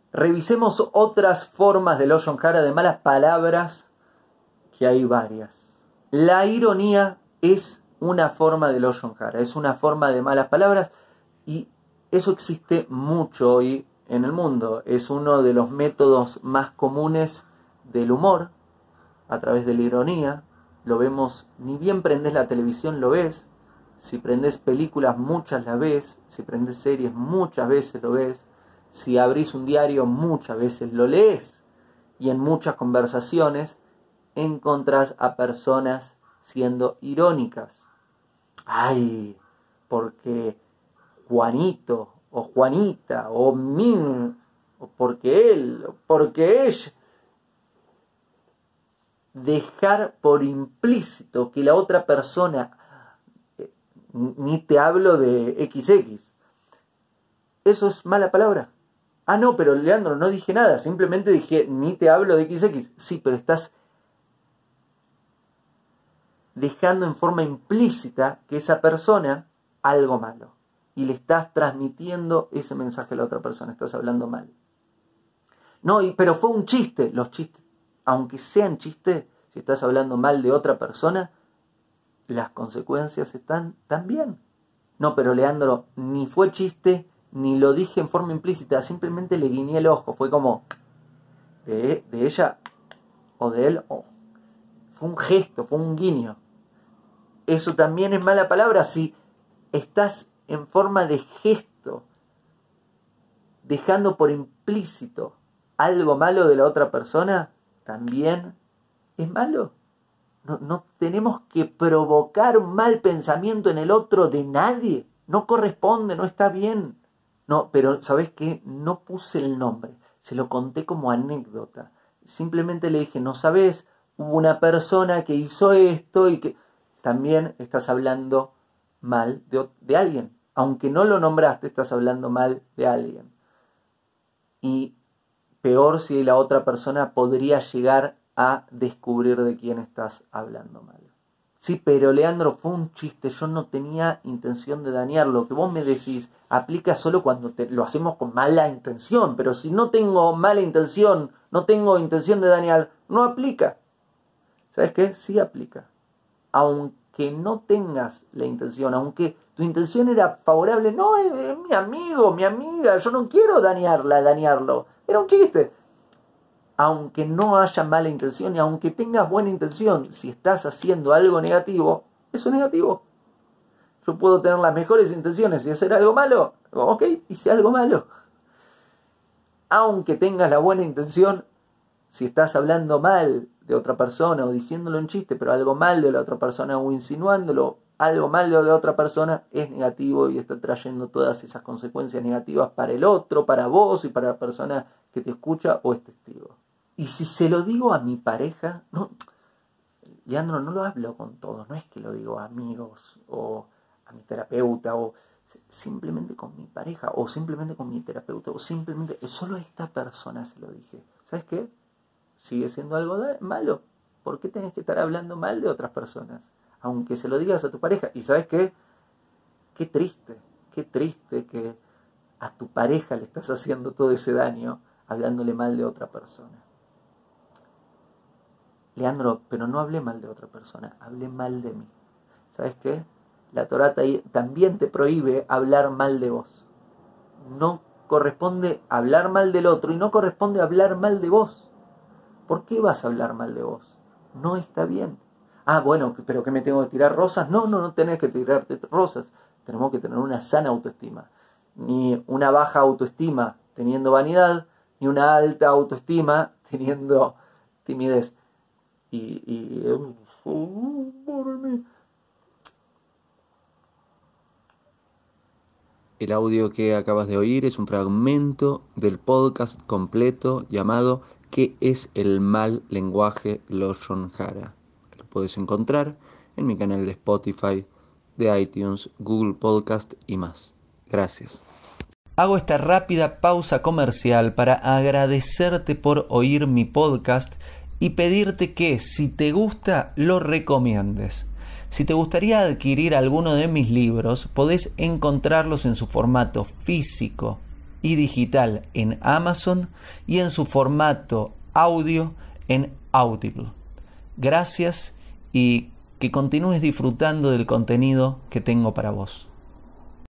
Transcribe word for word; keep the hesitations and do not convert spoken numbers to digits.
Revisemos otras formas de Lashon Hara, de malas palabras, que hay varias. La ironía es una forma de Lashon Hara, es una forma de malas palabras, y eso existe mucho hoy en el mundo. Es uno de los métodos más comunes del humor, a través de la ironía. Lo vemos, ni bien prendes la televisión lo ves, si prendes películas muchas las ves, si prendes series muchas veces lo ves, si abrís un diario muchas veces lo lees, y en muchas conversaciones encontrás a personas siendo irónicas. Ay, porque Juanito, o Juanita, o Min, o porque él, o porque ella. Dejar por implícito que la otra persona, eh, ni te hablo de equis equis, ¿eso es mala palabra? Ah, no, pero Leandro, no dije nada, simplemente dije, ni te hablo de equis equis. Sí, pero estás dejando en forma implícita que esa persona algo malo, y le estás transmitiendo ese mensaje a la otra persona, estás hablando mal. No, y, pero fue un chiste. Los chistes, aunque sean chistes, si estás hablando mal de otra persona, las consecuencias están también. No, pero Leandro, ni fue chiste, ni lo dije en forma implícita, simplemente le guiñé el ojo. Fue como, de, de ella o de él, oh, fue un gesto, fue un guiño. Eso también es mala palabra si estás en forma de gesto, dejando por implícito algo malo de la otra persona, también es malo. No, no tenemos que provocar un mal pensamiento en el otro de nadie. No corresponde, no está bien. No, pero ¿sabes qué? No puse el nombre. Se lo conté como anécdota. Simplemente le dije, no sabes, hubo una persona que hizo esto y que también estás hablando mal de, de alguien. Aunque no lo nombraste, estás hablando mal de alguien. Y peor si la otra persona podría llegar a descubrir de quién estás hablando mal. Sí, pero Leandro, fue un chiste, yo no tenía intención de dañarlo. Lo que vos me decís aplica solo cuando te, lo hacemos con mala intención, pero si no tengo mala intención, no tengo intención de dañar, no aplica. ¿Sabes qué? Sí aplica. Aunque no tengas la intención, aunque tu intención era favorable, no, es, es mi amigo, mi amiga, yo no quiero dañarla, dañarlo, era un chiste. Aunque no haya mala intención y aunque tengas buena intención, si estás haciendo algo negativo, eso es negativo. Yo puedo tener las mejores intenciones y hacer algo malo, ok, hice algo malo. Aunque tengas la buena intención, si estás hablando mal de otra persona o diciéndolo en chiste, pero algo mal de la otra persona o insinuándolo, algo mal de la otra persona, es negativo y está trayendo todas esas consecuencias negativas para el otro, para vos y para la persona que te escucha o es testigo. Y si se lo digo a mi pareja, no, Leandro, no lo hablo con todos, no es que lo digo a amigos o a mi terapeuta o simplemente con mi pareja o simplemente con mi terapeuta o simplemente, solo a esta persona se lo dije. ¿Sabes qué? Sigue siendo algo de, malo. ¿Por qué tenés que estar hablando mal de otras personas? Aunque se lo digas a tu pareja. ¿Y sabes qué? Qué triste, qué triste que a tu pareja le estás haciendo todo ese daño hablándole mal de otra persona. Leandro, pero no hablé mal de otra persona, hablé mal de mí. ¿Sabes qué? La Torá también te prohíbe hablar mal de vos. No corresponde hablar mal del otro y no corresponde hablar mal de vos. ¿Por qué vas a hablar mal de vos? No está bien. Ah, bueno, pero ¿qué me tengo que tirar rosas? No, no, no tenés que tirarte rosas. Tenemos que tener una sana autoestima. Ni una baja autoestima teniendo vanidad, ni una alta autoestima teniendo timidez. Y, y oh, por mí. El audio que acabas de oír es un fragmento del podcast completo llamado ¿Qué es el mal lenguaje Lashon Hara? Lo puedes encontrar en mi canal de Spotify, de iTunes, Google Podcast y más. Gracias. Hago esta rápida pausa comercial para agradecerte por oír mi podcast y pedirte que, si te gusta, lo recomiendes. Si te gustaría adquirir alguno de mis libros, podés encontrarlos en su formato físico y digital en Amazon y en su formato audio en Audible. Gracias y que continúes disfrutando del contenido que tengo para vos.